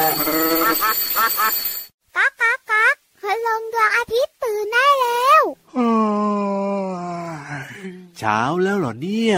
ก๊ากก๊ากก๊ากพลังดวงอาทิตย์ตื่นได้แล้วเช้าแล้วเหรอเนี่ย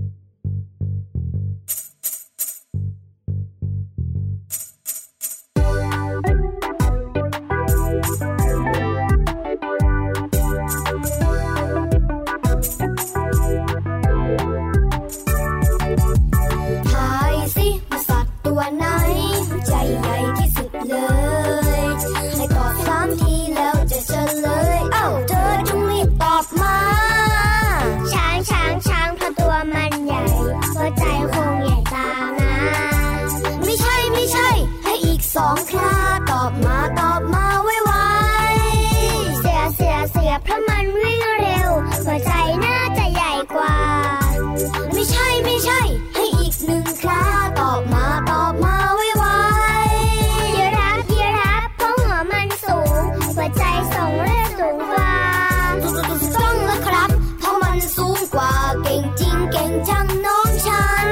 สองคราตอบมาไวๆเสียเพราะมันวิ่งเร็วหัวใจน่าจะใหญ่กว่าไม่ใช่ให้อีกหนึ่งคราตอบมาไวๆยีราฟเพราะหัวมันสูงหัวใจส่งเลือดสูงกว่าต้องแล้วครับเพราะมันสูงกว่าเก่งจริงเก่งจังน้องฉัน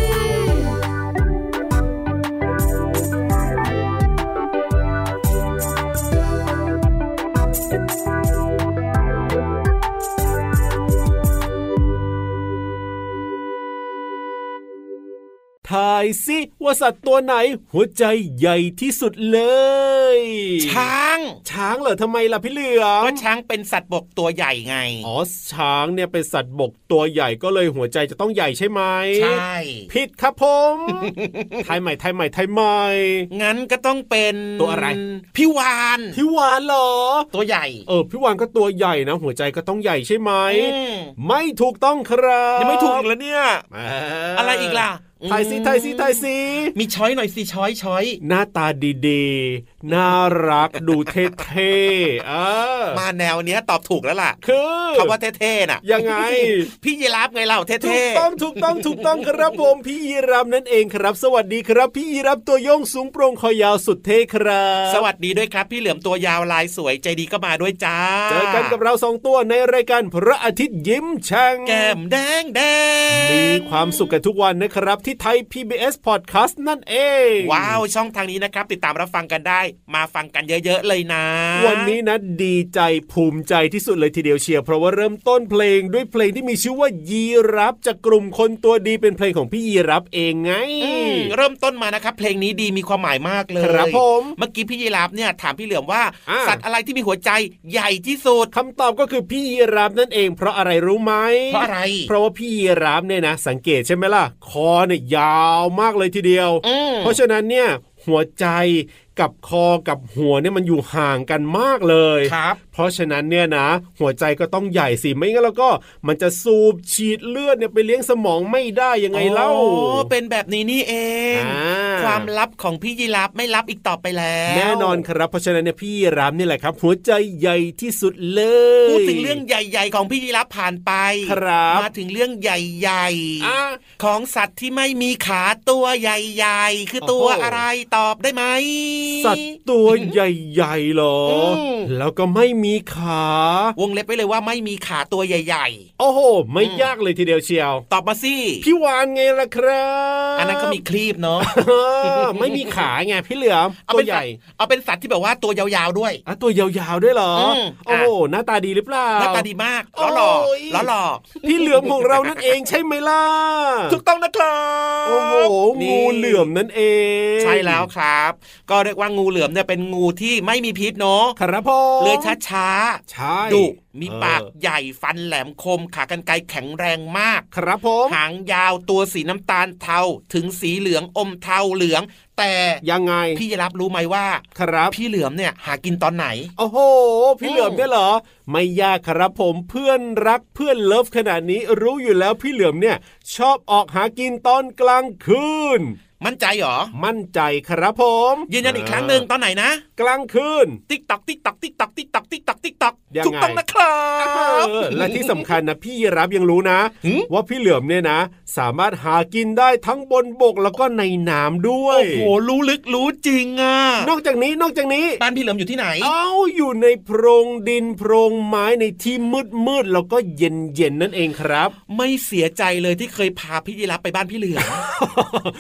ทายสิว่าสัตว์ตัวไหนหัวใจใหญ่ที่สุดเลยช้างเหรอทำไมล่ะพี่เหลือมก็ช้างเป็นสัตว์บกตัวใหญ่ไงอ๋อช้างเนี่ยเป็นสัตว์บกตัวใหญ่ก็เลยหัวใจจะต้องใหญ่ใช่ไหมใช่ผิดครับผม ทายใหม่งั้นก็ต้องเป็นตัวอะไรพี่วานเหรอตัวใหญ่พี่วานก็ตัวใหญ่นะหัวใจก็ต้องใหญ่ใช่ไหมไม่ถูกต้องครับยังไม่ถูกแล้วเนี่ยอะไรอีกล่ะทายสิมีช้อยหน่อยสิช้อยหน้าตาดีๆน่ารักดูเท่ๆมาแนวเนี้ยตอบถูกแล้วล่ะคือคำว่าเท่ๆน่ะยังไงพี่ยีราฟไงเล่าเท่ๆถูกต้องครับผมพี่ยีราฟนั่นเองครับสวัสดีครับพี่ยีราฟตัวโยงสูงโปร่งคอยาวสุดเท่ครับสวัสดีด้วยครับพี่เหลือมตัวยาวลายสวยใจดีก็มาด้วยจ้าเจอกันกับเรา2ตัวในรายการพระอาทิตย์ยิ้มแฉ่งแก้มแดงมีความสุขกันทุกวันนะครับที่ไทย PBS Podcast นั่นเองว้าวช่องทางนี้นะครับติดตามรับฟังกันได้มาฟังกันเยอะๆเลยนะวันนี้นะดีใจภูมิใจที่สุดเลยทีเดียวเชียวเพราะว่าเริ่มต้นเพลงด้วยเพลงที่มีชื่อว่ายีราฟจากกลุ่มคนตัวดีเป็นเพลงของพี่ยีราฟเองไงเริ่มต้นมานะครับเพลงนี้ดีมีความหมายมากเลยครับผมเมื่อกี้พี่ยีราฟเนี่ยถามพี่เหลือมว่าสัตว์อะไรที่มีหัวใจใหญ่ที่สุดคำตอบก็คือพี่ยีราฟนั่นเองเพราะอะไรรู้ไหมเพราะอะไรเพราะว่าพี่ยีราฟเนี่ยนะสังเกตใช่ไหมล่ะคอเนี่ยยาวมากเลยทีเดียวเพราะฉะนั้นเนี่ยหัวใจกับคอกับหัวเนี่ยมันอยู่ห่างกันมากเลยครับเพราะฉะนั้นเนี่ยนะหัวใจก็ต้องใหญ่สิไม่งั้นแล้วก็มันจะสูบฉีดเลือดเนี่ยไปเลี้ยงสมองไม่ได้ยังไงเล่าเป็นแบบนี้นี่เองความลับของพี่ยีราฟไม่ลับอีกต่อไปแล้วแน่นอนครับเพราะฉะนั้นเนี่ยพี่ยีราฟนี่แหละครับหัวใจใหญ่ที่สุดเลยพูดถึงเรื่องใหญ่ๆของพี่ยีราฟผ่านไปมาถึงเรื่องใหญ่ๆของสัตว์ที่ไม่มีขาตัวใหญ่ๆคือตัวอะไรตอบได้ไหมสัตว์ตัวใหญ่ๆหรอแล้วก็ไม่มีขาวงเล็บไปเลยว่าไม่มีขาตัวใหญ่ๆโอ้โหไม่ยากเลยทีเดียวเชียวตอบมาสิพี่วานไงล่ะครับอันนั้นก็มีคลีปเนาะไม่มีขาไงพี่เหลือมตัวใหญ่เอาเป็นสัตว์ที่แบบว่าตัวยาวๆด้วยตัวยาวๆด้วยเหรอโอ้โหหน้าตาดีหรือเปล่าหน้าตาดีมากหล่อพี่เหลือมของเรานั่นเองใช่ไหมล่ะถูกต้องนะครับโอ้โหงูเหลือมนั่นเองใช่แล้วครับก็เรียกว่างูเหลือมเนี่ยเป็นงูที่ไม่มีพิษเนาะครับพ่อเลื้อยช้าๆดุมีปากใหญ่ฟันแหลมคมขากรรไกรแข็งแรงมากครับผมหางยาวตัวสีน้ำตาลเทาถึงสีเหลืองอมเทาเหลืองแต่ยังไงพี่จะรับรู้ไหมว่าครับพี่เหลือมเนี่ยหากินตอนไหนโอ้โหพี่เหลือมเนี่ยเหรอไม่ยากครับผมเพื่อนรักเพื่อนเลิฟขนาดนี้รู้อยู่แล้วพี่เหลือมเนี่ยชอบออกหากินตอนกลางคืนมั่นใจเหรอมั่นใจครับผมยืนยันอีกครั้งหนึ่งตอนไหนนะกลางคืนติ๊กตอกติ๊กตอกติ๊กตอกติ๊กตอกติ๊กตอกติ๊กตอกถูกต้องนะครับและที่สำคัญนะพี่รับยังรู้นะว่าพี่เหลือมเนี่ยนะสามารถหากินได้ทั้งบนบกแล้วก็ในน้ำด้วยโอ้โหรู้ลึกรู้จริงอ่ะนอกจากนี้บ้านพี่เหลือมอยู่ที่ไหนอยู่ในโพรงดินโพรงไม้ในที่มืดแล้วก็เย็นนั่นเองครับไม่เสียใจเลยที่เคยพาพี่ยีรับไปบ้านพี่เหลือมไป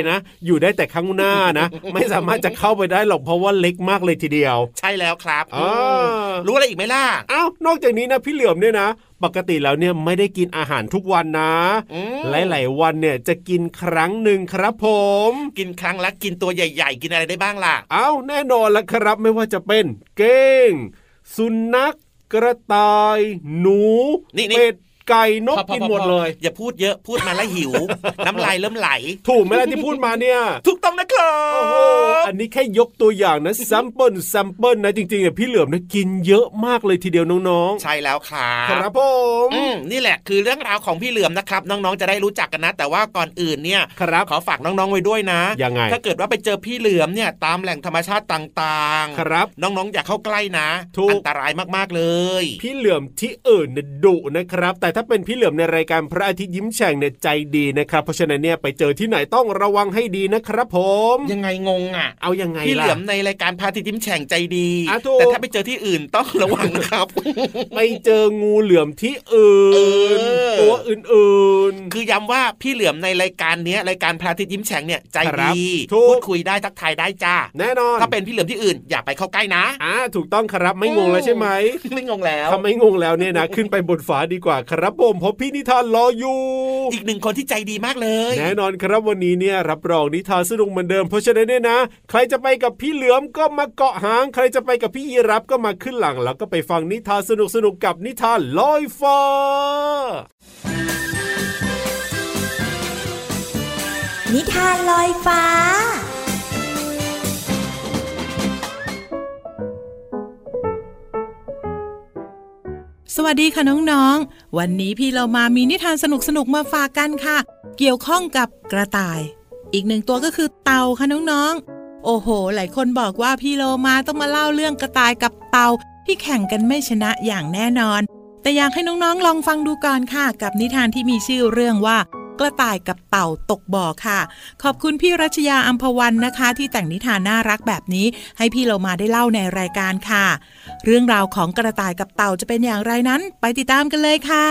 นะอยู่ได้แต่ข้างหน้านะไม่สามารถจะเข้าไปได้หรอกเพราะว่าเล็กมากเลยทีเดียวใช่แล้วครับรู้อะไรอีกไหมล่ะอ้าวนอกจากนี้นะพี่เหลือมเนี่ยนะปกติแล้วเนี่ยไม่ได้กินอาหารทุกวันนะหลายๆวันเนี่ยจะกินครั้งหนึ่งครับผมกินครั้งละกินตัวใหญ่ๆกินอะไรได้บ้างล่ะอ้าวแน่นอนละครับไม่ว่าจะเป็นเก้งสุนัขกระต่ายหนูเป็ดไก่นกกินหมดเลยอย่าพูดเยอะพูดมาแล้วหิว น้ำลายเริ่มไหลถูกไหมล่ะที่พูดมาเนี่ยถูกต้องนะครับอันนี้แค่ยกตัวอย่างนะซัมเปิลนะจริงๆเนี่ยพี่เหลือมเนี่ยกินเยอะมากเลยทีเดียวน้องๆใช่แล้วครับครับผมนี่แหละคือเรื่องราวของพี่เหลือมนะครับน้องๆจะได้รู้จักกันนะแต่ว่าก่อนอื่นเนี่ยขอฝากน้องๆไว้ด้วยนะยังไงถ้าเกิดว่าไปเจอพี่เหลือมเนี่ยตามแหล่งธรรมชาติต่างๆครับน้องๆอย่าเข้าใกล้นะอันตรายมากๆเลยพี่เหลือมที่อื่นเนี่ยดุนะครับแต่ถ้าเป็นพี่เหลือมในรายการพระอาทิตย์ยิ้มแฉ่งเนี่ยใจดีนะครับเพราะฉะนั้นเนี่ยไปเจอที่ไหนต้องระวังให้ดีนะครับผมยังไงงงอ่ะเอายังไงล่ะพี่เหลือมในรายการพระอาทิตย์ยิ้มแฉ่งใจดีแต่ถ้าไปเจอที่อื่นต้องระวังนะครับไปเจองูเหลือมที่อื่นตัวอื่นๆคือย้ำว่าพี่เหลือมในรายการนี้รายการพระอาทิตย์ยิ้มแฉ่งเนี่ยใจดีพูดคุยได้ทักทายได้จ้าแน่นอนถ้าเป็นพี่เหลือมที่อื่นอย่าไปเข้าใกล้นะถูกต้องครับไม่งงแล้วใช่ไหมไม่งงแล้วถ้าไม่งงแล้วเนี่ยนะขึ้นไปบนฟ้าดีกว่าครับผมเพราะพี่นิทานรออยู่อีกหนึ่งคนที่ใจดีมากเลยแน่นอนครับวันนี้เนี่ยรับรองนิทานสนุกเหมือนเดิมเพราะฉะนั้นเนี่ยนะใครจะไปกับพี่เหลือมก็มาเกาะหางใครจะไปกับพี่ยีรับก็มาขึ้นหลังแล้วก็ไปฟังนิทานสนุกกับนิทานลอยฟ้านิทานลอยฟ้าสวัสดีค่ะน้องๆวันนี้พี่เรามามีนิทานสนุกๆมาฝากกันค่ะเกี่ยวข้องกับกระต่ายอีกหนึ่งตัวก็คือเต่าค่ะน้องๆโอ้โหหลายคนบอกว่าพี่เรามาต้องมาเล่าเรื่องกระต่ายกับเต่าที่แข่งกันไม่ชนะอย่างแน่นอนแต่อยากให้น้องๆลองฟังดูก่อนค่ะกับนิทานที่มีชื่อเรื่องว่ากระต่ายกับเต่าตกบ่อค่ะขอบคุณพี่รัชยาอัมพวันนะคะที่แต่งนิทานน่ารักแบบนี้ให้พี่เรามาได้เล่าในรายการค่ะเรื่องราวของกระต่ายกับเต่าจะเป็นอย่างไรนั้นไปติดตามกันเลยค่ะ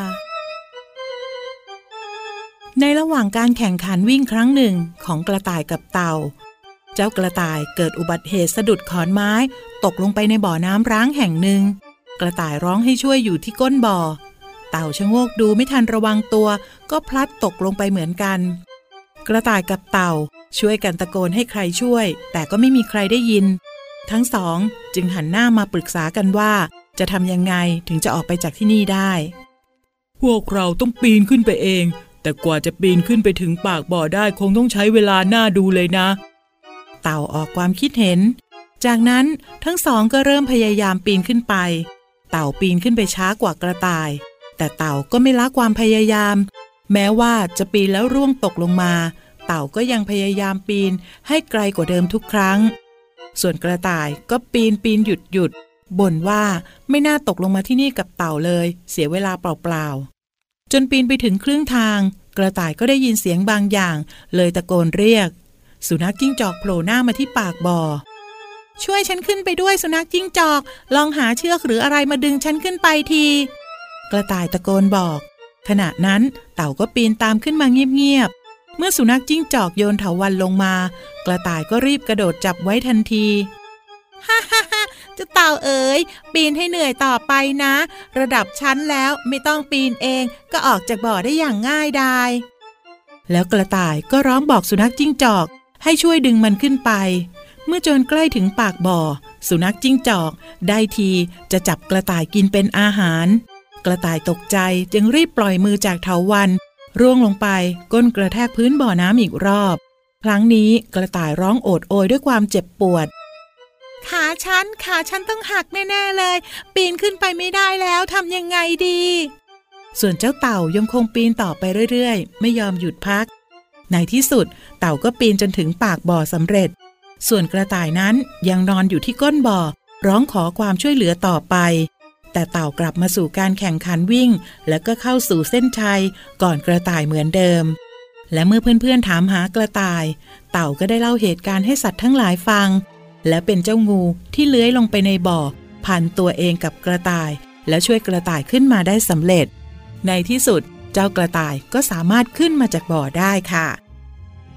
ในระหว่างการแข่งขันวิ่งครั้งหนึ่งของกระต่ายกับเต่าเจ้ากระต่ายเกิดอุบัติเหตุสะดุดขอนไม้ตกลงไปในบ่อน้ำร้างแห่งหนึ่งกระต่ายร้องให้ช่วยอยู่ที่ก้นบ่อเต่าชะโงกดูไม่ทันระวังตัวก็พลัดตกลงไปเหมือนกันกระต่ายกับเต่าช่วยกันตะโกนให้ใครช่วยแต่ก็ไม่มีใครได้ยินทั้งสองจึงหันหน้ามาปรึกษากันว่าจะทำยังไงถึงจะออกไปจากที่นี่ได้พวกเราต้องปีนขึ้นไปเองแต่กว่าจะปีนขึ้นไปถึงปากบ่อได้คงต้องใช้เวลาน่าดูเลยนะเต่าออกความคิดเห็นจากนั้นทั้งสองก็เริ่มพยายามปีนขึ้นไปเต่าปีนขึ้นไปช้ากว่ากระต่ายแต่เต่าก็ไม่ละความพยายามแม้ว่าจะปีนแล้วร่วงตกลงมาเต่าก็ยังพยายามปีนให้ไกลกว่าเดิมทุกครั้งส่วนกระต่ายก็ปีนหยุดบ่นว่าไม่น่าตกลงมาที่นี่กับเต่าเลยเสียเวลาเปล่าๆจนปีนไปถึงครึ่งทางกระต่ายก็ได้ยินเสียงบางอย่างเลยตะโกนเรียกสุนัขจิ้งจอกโผล่หน้ามาที่ปากบ่อช่วยฉันขึ้นไปด้วยสุนัขจิ้งจอกลองหาเชือกหรืออะไรมาดึงฉันขึ้นไปทีกระต่ายตะโกนบอกขณะนั้นเต่าก็ปีนตามขึ้นมาเงียบๆเมื่อสุนัขจิ้งจอกโยนเถาวัลย์ลงมากระต่ายก็รีบกระโดดจับไว้ทันทีฮ่าฮ่าฮ่าเจ้าเต่าเอ๋ยปีนให้เหนื่อยต่อไปนะระดับฉันแล้วไม่ต้องปีนเองก็ออกจากบ่อได้อย่างง่ายดายแล้วกระต่ายก็ร้องบอกสุนัขจิ้งจอกให้ช่วยดึงมันขึ้นไปเมื่อจนใกล้ถึงปากบ่อสุนัขจิ้งจอกได้ทีจะจับกระต่ายกินเป็นอาหารกระต่ายตกใจจึงรีบปล่อยมือจากเถาวัลย์ร่วงลงไปก้นกระแทกพื้นบ่อน้ำอีกรอบครั้งนี้กระต่ายร้องโอดโอยด้วยความเจ็บปวดขาฉันต้องหักแน่ๆเลยปีนขึ้นไปไม่ได้แล้วทำยังไงดีส่วนเจ้าเต่ายังคงปีนต่อไปเรื่อยๆไม่ยอมหยุดพักในที่สุดเต่าก็ปีนจนถึงปากบ่อสำเร็จส่วนกระต่ายนั้นยังนอนอยู่ที่ก้นบ่อร้องขอความช่วยเหลือต่อไปแต่เต่ากลับมาสู่การแข่งขันวิ่งแล้วก็เข้าสู่เส้นชัยก่อนกระต่ายเหมือนเดิมและเมื่อเพื่อนๆถามหากระต่ายเต่าก็ได้เล่าเหตุการณ์ให้สัตว์ทั้งหลายฟังและเป็นเจ้างูที่เลื้อยลงไปในบ่อพันตัวเองกับกระต่ายและช่วยกระต่ายขึ้นมาได้สำเร็จในที่สุดเจ้ากระต่ายก็สามารถขึ้นมาจากบ่อได้ค่ะ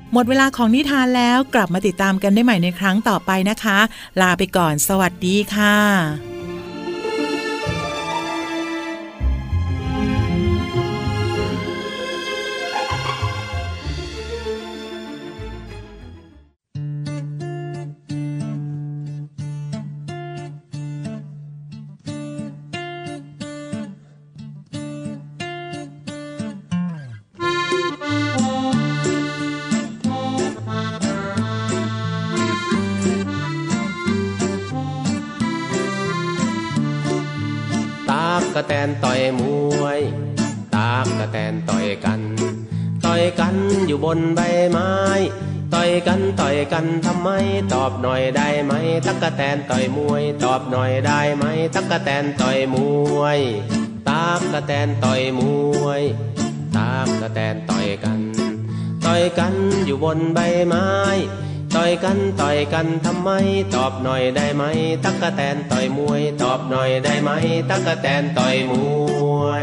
หมดเวลาของนิทานแล้วกลับมาติดตามกันได้ใหม่ในครั้งต่อไปนะคะลาไปก่อนสวัสดีค่ะกะแตนต่อยมวยตากกะแตนต่อยกันอยู่บนใบไม้ต่อยกันทำไมตอบหน่อยได้ไหมตั๊กแตนต่อยมวยตอบหน่อยได้ไหมตั๊กแตนต่อยมวยตากกะแตนต่อยมวยตากกะแตนต่อยกันอยู่บนใบไม้ต่อยกันทำไมตอบหน่อยได้ไหมตั๊กแตนต่อยมวยตอบหน่อยได้ไหมตั๊กแตนต่อยมวย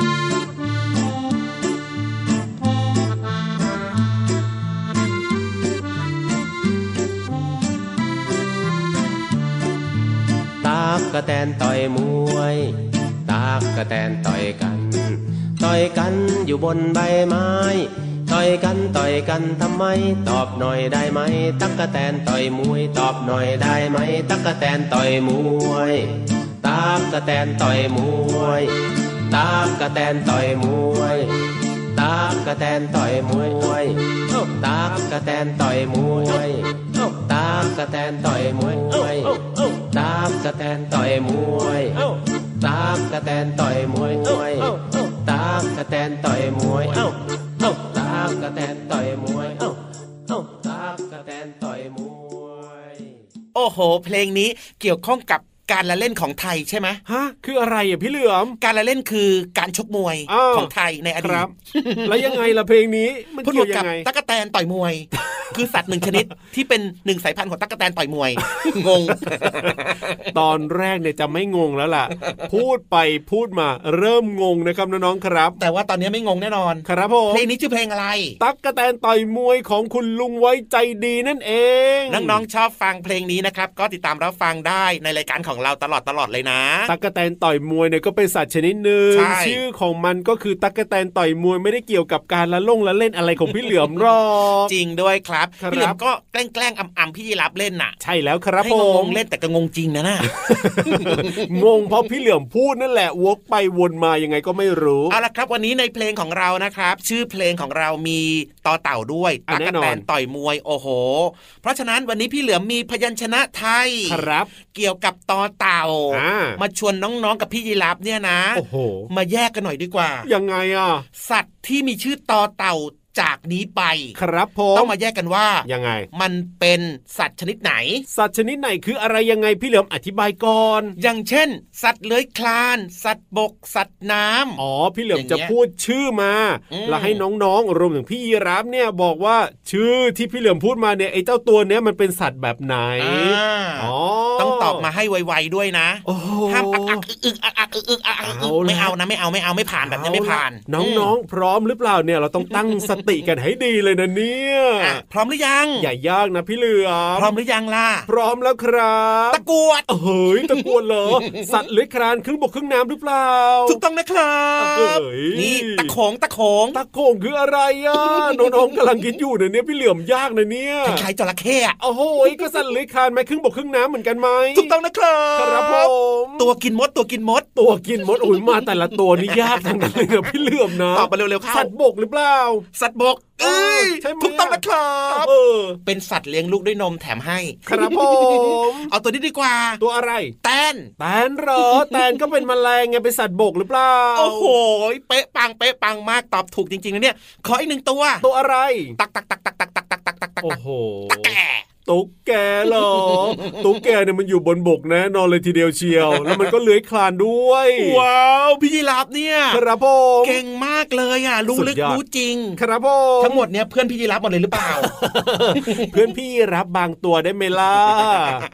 ตั๊กแตนต่อยมวยตั๊กแตนต่อยกันอยู่บนใบไม้ต่อยกันทำไมตอบหน่อยได้ไหมตั๊กแตนต่อยมวยตอบหน่อยได้ไหมตั๊กแตนต่อยมวยตั๊กแตนต่อยมวยตั๊กแตนต่อยมวยตั๊กแตนต่อยมวยตั๊กแตนต่อยมวยตั๊กแตนต่อยมวยตั๊กแตนต่อยมวยตั๊กแตนต่อยมวยตั๊กแตนต่อยมวยตั๊กแตนต่อยมวยตั๊กแตนต่อยมวยโอ้โหเพลงนี้เกี่ยวข้องกับการละเล่นของไทยใช่ไหมฮะคืออะไรอ่ะพี่เหลือมการละเล่นคือการชกมวยของไทยในอดีตแล้วยังไงล่ะเพลงนี้มันเกี่ยวยังไงตั๊กแตนต่อยมวยคือสัตว์หนึ่งชนิดที่เป็นหนึ่งสายพันธุ์ของตั๊กแตนต่อยมวยงงตอนแรกเนี่ยจะไม่งงแล้วล่ะพูดไปพูดมาเริ่มงงนะครับน้องๆครับแต่ว่าตอนนี้ไม่งงแน่นอนครับผมเพลงนี้ชื่อเพลงอะไรตั๊กแตนต่อยมวยของคุณลุงไว้ใจดีนั่นเองน้องๆชอบฟังเพลงนี้นะครับก็ติดตามรับฟังได้ในรายการของเราตลอดเลยนะตั๊กแตนต่อยมวยเนี่ยก็เป็นสัตว์ชนิดหนึ่งชื่อของมันก็คือตั๊กแตนต่อยมวยไม่ได้เกี่ยวกับการละเล่นอะไรของพี่เหลือมหรอกจริงด้วยครับพี่เหลือมก็แกล้งอำพี่ยีรับเล่นน่ะใช่แล้วครับผมงงเล่นแต่ก็งงจริงนะงงเพราะพี่เหลือมพูดนั่นแหละวกไปวนมายังไงก็ไม่รู้เอาละครับวันนี้ในเพลงของเรานะครับชื่อเพลงของเรามีต่อเต่าด้วยตั๊กแตนต่อยมวยโอ้โหเพราะฉะนั้นวันนี้พี่เหลือมมีพยัญชนะไทยครับเกี่ยวกับต่อเต่ามาชวนน้องๆกับพี่ยีรับเนี่ยนะมาแยกกันหน่อยดีกว่ายังไงอ่ะสัตว์ที่มีชื่อต่อเต่าจากนี้ไปครับผมต้องมาแยกกันว่ายังไงมันเป็นสัตว์ชนิดไหนสัตว์ชนิดไหนคืออะไรยังไงพี่เหลือมอธิบายก่อนอย่างเช่นสัตว์เลื้อยคลานสัตว์บกสัตว์น้ำอ๋อพี่เหลือมจะพูดชื่อมาแล้วให้น้องๆรวมถึงพี่ยีรับเนี่ยบอกว่าชื่อที่พี่เหลือมพูดมาเนี่ยไอ้เจ้าตัวเนี้ยมันเป็นสัตว์แบบไหนอ๋อต้องตอบมาให้ไวๆด้วยนะห้ามอักอึกอักอึกอักไม่เอานะไม่ผ่านแบบนี้ไม่ผ่านน้องๆพร้อมหรือเปล่าเนี่ยเราต้องตั้งสติกันให้ดีเลยนะเนี่ยพร้อมหรือยังอย่ายากนะพี่เหลือมพร้อมหรือยังล่ะพร้อมแล้วครับตะกรวดเฮ้ยตะกรวดเหรอสัตว์เลื้อยคลานครึ่งบกครึ่งน้ำหรือเปล่าถูกต้องนะครับนี่ตะโขงคืออะไรอ่ะน้องๆกำลังคิดอยู่เนี่ยพี่เหลือมยากนะเนี่ยคล้ายๆจระเข้โอ้โหก็สัตว์เลื้อยคลานไหมครึ่งบกครึ่งน้ำเหมือนกันไหมถูกต้องนะครับครับผมตัวกินมดโอ้ยมาแต่ละตัวนี่ยากทั้งนั้นเลยนะพี่เหลือมนะตอบมาเร็วๆเข้าสัตว์บกหรือเปล่าสัตว์บกถูกต้องนะครับเป็นสัตว์เลี้ยงลูกด้วยนมแถมให้ครับผมเอาตัวนี้ดีกว่าตัวอะไรแตนเหรอแตนก็เป็นแมลงไงเป็นสัตว์บกหรือเปล่าโอ้โหเป๊ะปังมากตอบถูกจริงๆนะเนี่ยขออีกหนึ่งตัวอะไรตักโอ้โหตุ๊กแกเหรอตุ๊กแกเนี่ยมันอยู่บนบกแน่นอนเลยทีเดียวเชียวแล้วมันก็เลื้อยคลานด้วยว้าวพี่ยีราฟเนี่ยครับผมเก่งมากเลยอ่ะรู้ลึกรู้จริงครับผมทั้งหมดเนี่ยเพื่อนพี่ยีราฟหมดเลยหรือเปล่าเพื่อนพี่ยีราฟบางตัวได้ไหมล่ะ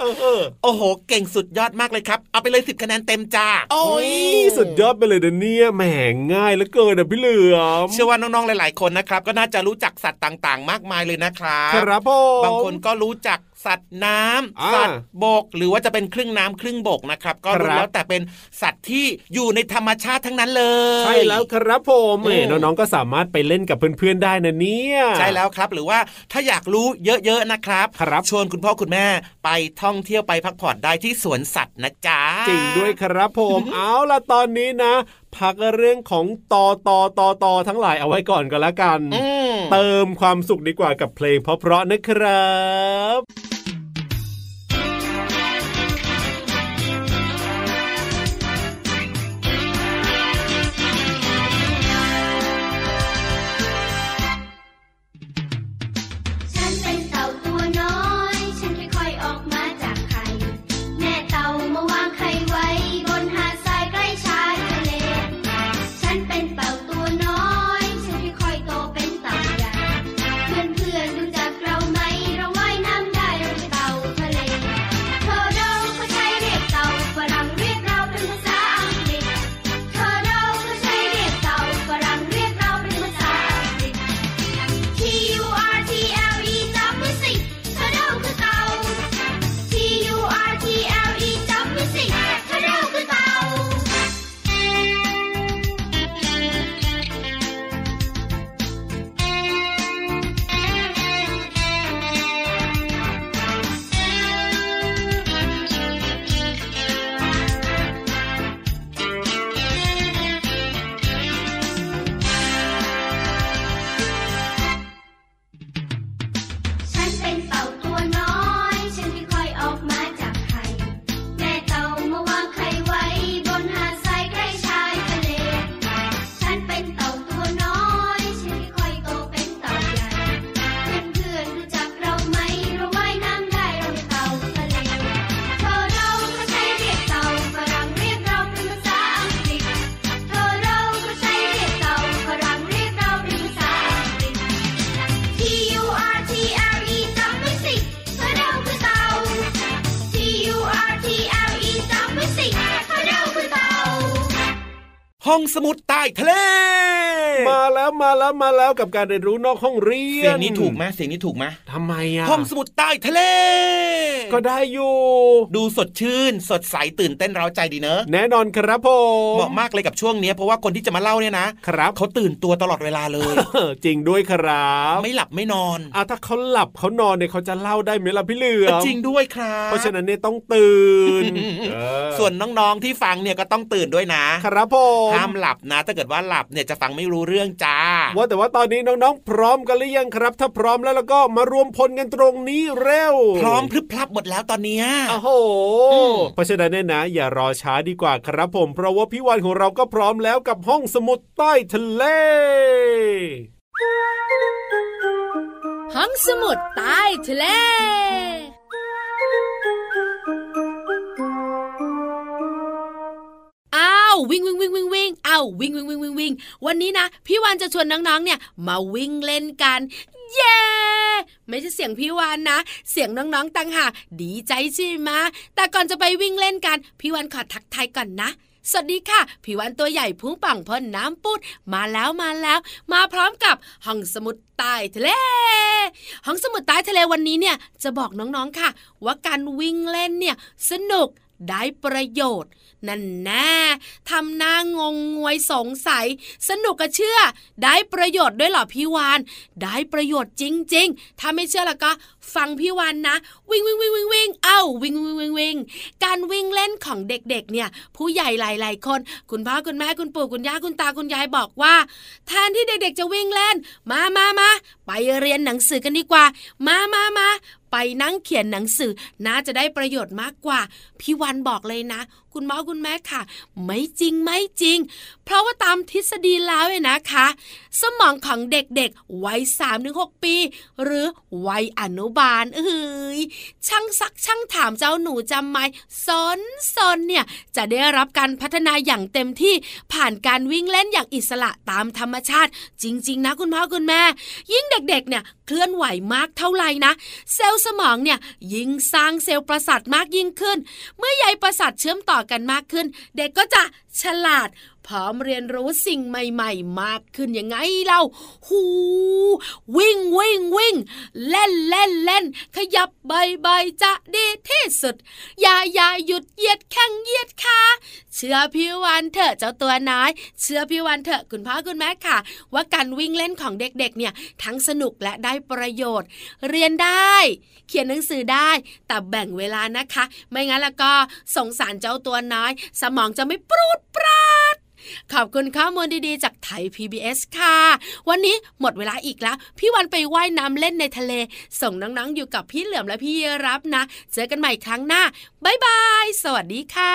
โอ้โหเก่งสุดยอดมากเลยครับเอาไปเลย10คะแนนเต็มจ้าโอ้ยสุดยอดไปเลยนะเนี่ยแหมง่ายเหลือเกินนะพี่เหลือมเชื่อว่าน้องๆหลายๆคนนะครับก็น่าจะรู้จักสัตว์ต่างๆมากมายเลยนะครับครับผมบางคนก็รู้จักสัตว์น้ำสัตว์บกหรือว่าจะเป็นครึ่งน้ำครึ่งบกนะครับก็รู้แล้วแต่เป็นสัตว์ที่อยู่ในธรรมชาติทั้งนั้นเลยใช่แล้วครับผมน้องๆก็สามารถไปเล่นกับเพื่อนๆได้นะเนี่ยใช่แล้วครับหรือว่าถ้าอยากรู้เยอะๆนะครับชวนคุณพ่อคุณแม่ไปท่องเที่ยวไปพักผ่อนได้ที่สวนสัตว์นะจ๊ะจริงด้วยครับผมเอาล่ะตอนนี้นะพักเรื่องของตอทั้งหลายเอาไว้ก่อนกันละกันเติมความสุขดีกว่ากับเพลงเพราะๆนะครับห้องสมุดใต้ทะเลมาแล้วกับการเรียนรู้นอกห้องเรียนเสียงนี้ถูกไหมเสียงนี้ถูกไหมทำไมอ่ะห้องสมุดใต้ทะเลก็ได้อยู่ดูสดชื่นสดใสตื่นเต้นเร้าใจดีเนอะแน่นอนครับผมเหมาะมากเลยกับช่วงนี้เพราะว่าคนที่จะมาเล่าเนี่ยนะครับเขาตื่นตัวตลอดเวลาเลยจริงด้วยครับไม่หลับไม่นอนถ้าเขาหลับเขานอนเนี่ยเขาจะเล่าได้ไหมล่ะพี่เหลือมจริงด้วยครับเพราะฉะนั้นเนี่ยต้องตื่นส่วนน้องๆที่ฟังเนี่ยก็ต้องตื่นด้วยนะครับผมห้ามหลับนะถ้าเกิดว่าหลับเนี่ยจะฟังไม่รู้เรื่องจ้าว่าแต่ว่าตอนนี้น้องๆพร้อมกันหรือยังครับถ้าพร้อมแล้วก็มารวมพลกันตรงนี้เร็วพร้อมพรึบพลับหมดแล้วตอนนี้โอ้โหเพราะฉะนั้นเนี่ยนะอย่ารอช้าดีกว่าครับผมเพราะว่าพี่วันของเราก็พร้อมแล้วกับห้องสมุดใต้ทะเลห้องสมุดใต้ทะเลวิ่งอ้าววิ่งวันนี้นะพี่วานจะชวนน้องๆเนี่ยมาวิ่งเล่นกันเย้ไม่ใช่เสียงพี่วานนะเสียงน้องๆต่างหากดีใจใช่ไหมแต่ก่อนจะไปวิ่งเล่นกันพี่วานขอทักทายก่อนนะสวัสดีค่ะพี่วานตัวใหญ่พุงป่องพ่นน้ำปุดมาแล้วมาพร้อมกับห้องสมุดใต้ทะเลห้องสมุดใต้ทะเลวันนี้เนี่ยจะบอกน้องๆค่ะว่าการวิ่งเล่นเนี่ยสนุกได้ประโยชน์นั่นแน่ทำหน้างงงวยสงสัยสนุกก็เชื่อได้ประโยชน์ด้วยเหรอพี่วานได้ประโยชน์จริงๆถ้าไม่เชื่อแล้วก็ฟังพี่วานนะวิ่งเอ้าวิ่งการวิ่งเล่นของเด็กๆเนี่ยผู้ใหญ่หลายๆคนคุณพ่อคุณแม่คุณปู่คุณย่าคุณตาคุณยายบอกว่าแทนที่เด็กๆจะวิ่งเล่นมาไปเรียนหนังสือกันดีกว่ามาไปนั่งเขียนหนังสือน่าจะได้ประโยชน์มากกว่าพี่วันบอกเลยนะคุณพ่อคุณแม่ค่ะไม่จริงเพราะว่าตามทฤษฎีแล้วเนี่ยนะคะสมองของเด็กๆวัย 3-6 ปีหรือวัยอนุบาลช่างซักช่างถามเจ้าหนูจำไหมซนเนี่ยจะได้รับการพัฒนาอย่างเต็มที่ผ่านการวิ่งเล่นอย่างอิสระตามธรรมชาติจริงๆนะคุณพ่อคุณแม่ยิ่งเด็กๆเนี่ยเคลื่อนไหวมากเท่าไหร่นะเซลล์สมองเนี่ยยิ่งสร้างเซลล์ประสาทมากยิ่งขึ้นเมื่อใยประสาทเชื่อมต่อกันมากขึ้นเด็กก็จะฉลาดพร้อมเรียนรู้สิ่งใหม่ๆมากขึ้นยังไงเราวิ่งเล่นขยับใบจะดีที่สุดอย่าหยุดเหยียดแข้งเหยียดขาเชื่อพี่วันเถอะเจ้าตัวน้อยเชื่อพี่วันเถอะคุณพ่อคุณแม่ค่ะว่าการวิ่งเล่นของเด็กๆเนี่ยทั้งสนุกและได้ประโยชน์เรียนได้เขียนหนังสือได้แต่แบ่งเวลานะคะไม่งั้นแล้วก็สงสารเจ้าตัวน้อยสมองจะไม่ปรูดปราดขอบคุณข้อมูลดีๆจากไทย PBS ค่ะวันนี้หมดเวลาอีกแล้วพี่วันไปว่ายน้ำเล่นในทะเลส่งน้องๆอยู่กับพี่เหลือมและพี่รับนะเจอกันใหม่ครั้งหน้าบ๊ายบายสวัสดีค่ะ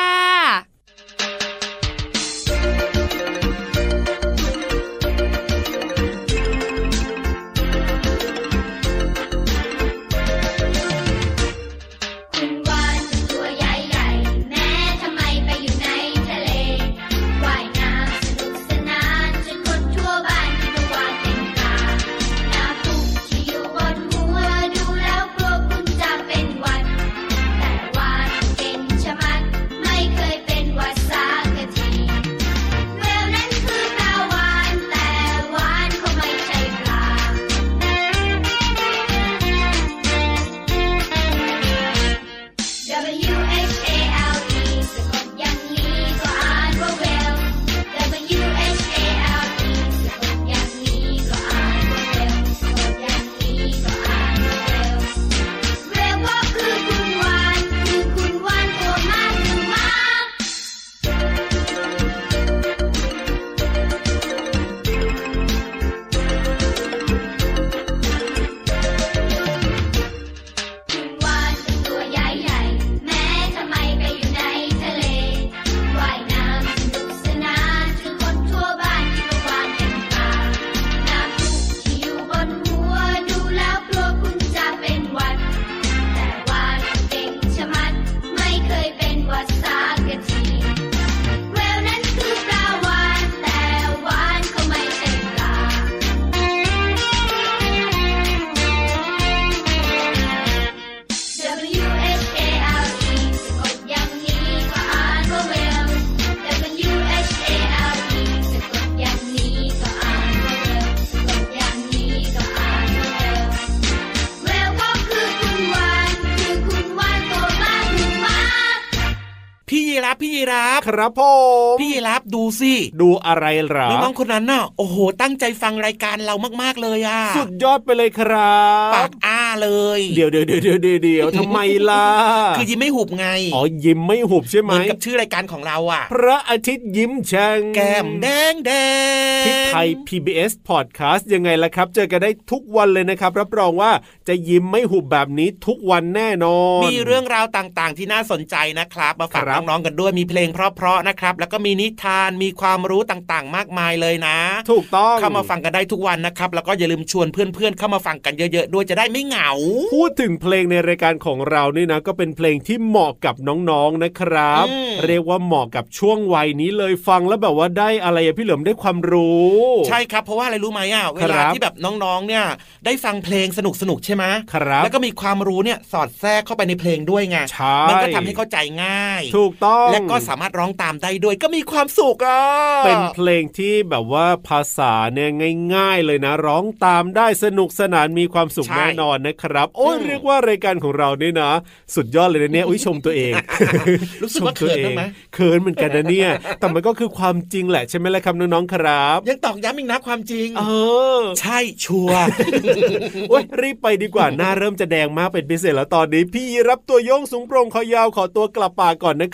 ครับผมพี่รับดูสิดูอะไรหรอน้องคนนั้นน่ะโอ้โหตั้งใจฟังรายการเรามากๆเลยอ่ะสุดยอดไปเลยครับปากอ้าเลยเดี๋ยวทำไมล่ะคือยิ้มไม่หุบไงอ๋อยิ้มไม่หุบใช่ไหมเหมือนกับชื่อรายการของเราอ่ะพระอาทิตย์ยิ้มแฉ่งแก้มแดงที่ไทย PBS Podcast ยังไงล่ะครับเจอกันได้ทุกวันเลยนะครับรับรองว่าจะยิ้มไม่หุบแบบนี้ทุกวันแน่นอนมีเรื่องราวต่างๆที่น่าสนใจนะครับมาฝากน้องๆกันด้วยมีเพลงเพราะๆนะครับแล้วก็มีนิทานมีความรู้ต่างๆมากมายเลยนะถูกต้องเข้ามาฟังกันได้ทุกวันนะครับแล้วก็อย่าลืมชวนเพื่อนๆเข้ามาฟังกันเยอะๆด้วยจะได้ไม่เหงาพูดถึงเพลงในรายการของเรานี่นะก็เป็นเพลงที่เหมาะกับน้องๆนะครับเรียกว่าเหมาะกับช่วงวัยนี้เลยฟังแล้วแบบว่าได้อะไรพี่เหลิมได้ความรู้ใช่ครับเพราะว่าอะไรรู้ไหมอ่ะเวลาที่แบบน้องๆเนี่ยได้ฟังเพลงสนุกใช่ไหมแล้วก็มีความรู้เนี่ยสอดแทรกเข้าไปในเพลงด้วยไงมันก็ทำให้เข้าใจง่ายถูกต้องและก็สามารถร้องตามได้ด้วยก็มีความสุขอ่ะเป็นเพลงที่แบบว่าภาษาเนี่ยง่ายๆเลยนะร้องตามได้สนุกสนานมีความสุขแน่นอนนะครับโอ้ยเรียกว่ารายการของเราเนี่ยนะสุดยอดเลยนะเนี่ยชมตัวเองรู้สึกว่าเขินไหมเขินเหมือนกันนะเนี่ยแต่มันก็คือความจริงแหละใช่ไหมล่ะครับน้องๆครับยังตอกย้ำอีกนะความจริงใช่ชัวร์โอ้ยรีบไปดีกว่าหน้าเริ่มจะแดงมากเป็นพิเศษแล้วตอนนี้พี่รับตัวโยงสูงโปร่งคอยาวขอตัวกลับป่าก่อนนะครั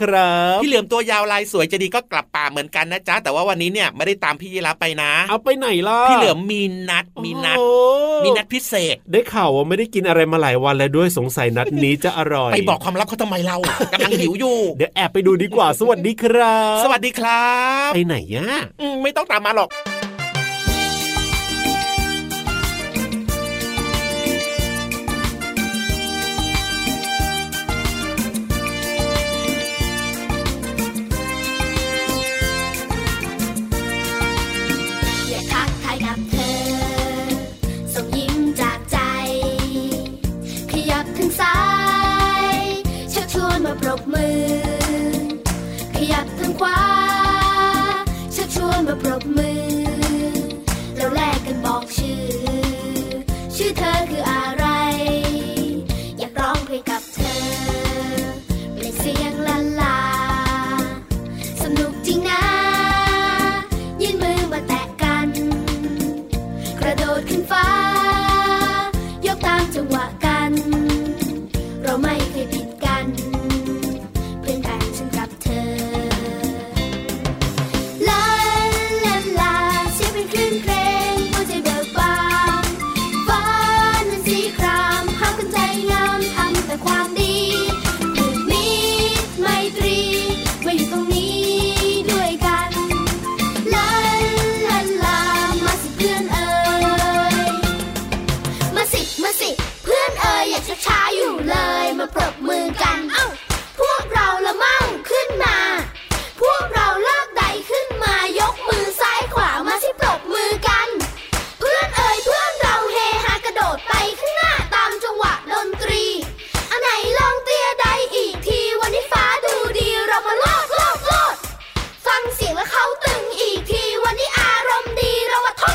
บพี่เหลือมตัวยาวลายสวยจะดีก็กลับป่าเหมือนกันนะจ๊ะแต่ว่าวันนี้เนี่ยไม่ได้ตามพี่ยีรับไปนะเอาไปไหนล่ะพี่เหลือมมีนัดพิเศษได้ข่าวว่าไม่ได้กินอะไรมาหลายวันแล้วด้วยสงสัยนัดนี้จะอร่อยไปบอกความลับเขาทำไมเรา กำลังหิวอยู่เดี๋ยวแอบไปดูดีกว่าสวัสดีครับสวัสดีครับไปไหนย่ะไม่ต้องตามมาหรอกปรบมือขยับทางขวาชักชวนมาปรบมือแล้วแลกกันบอกชื่อเธอคืออะไรอยากร้องเพลงกับเธอเป็นเสียงลาลาสนุกจริงนะยื่นมือมาแตะกันกระโดดขึ้นฟ้ายกตามจังหวะกันเราไม่เคยผิดกันช้าอยู่เลยมาปรบมือกันพวกเราละมั่งขึ้นมาพวกเราเลิกใดขึ้นมายกมือซ้ายขวามาสิปรบมือกันเพื่อนเอ่ยเพื่อนเราเฮฮากระโดดไปข้างหน้าตามจังหวะดนตรีอันไหนลองเตี้ยใดอีกทีวันนี้ฟ้าดูดีเรามาโลดฟังเสียงแล้วเขาตึงอีกทีวันนี้อารมณ์ดีเรามาท่อง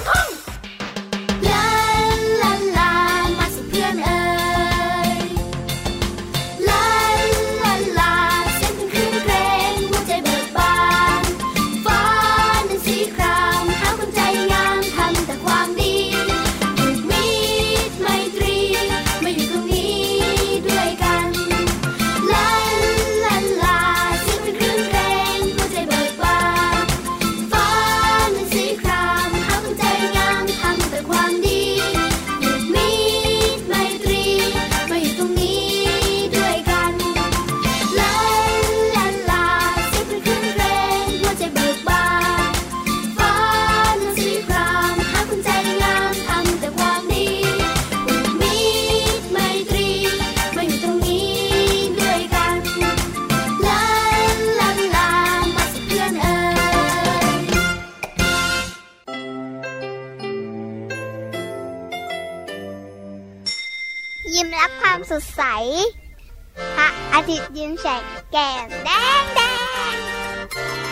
ยิ้มรับความสดใสพระอาทิตย์ยิ้มแฉกแก้มแดง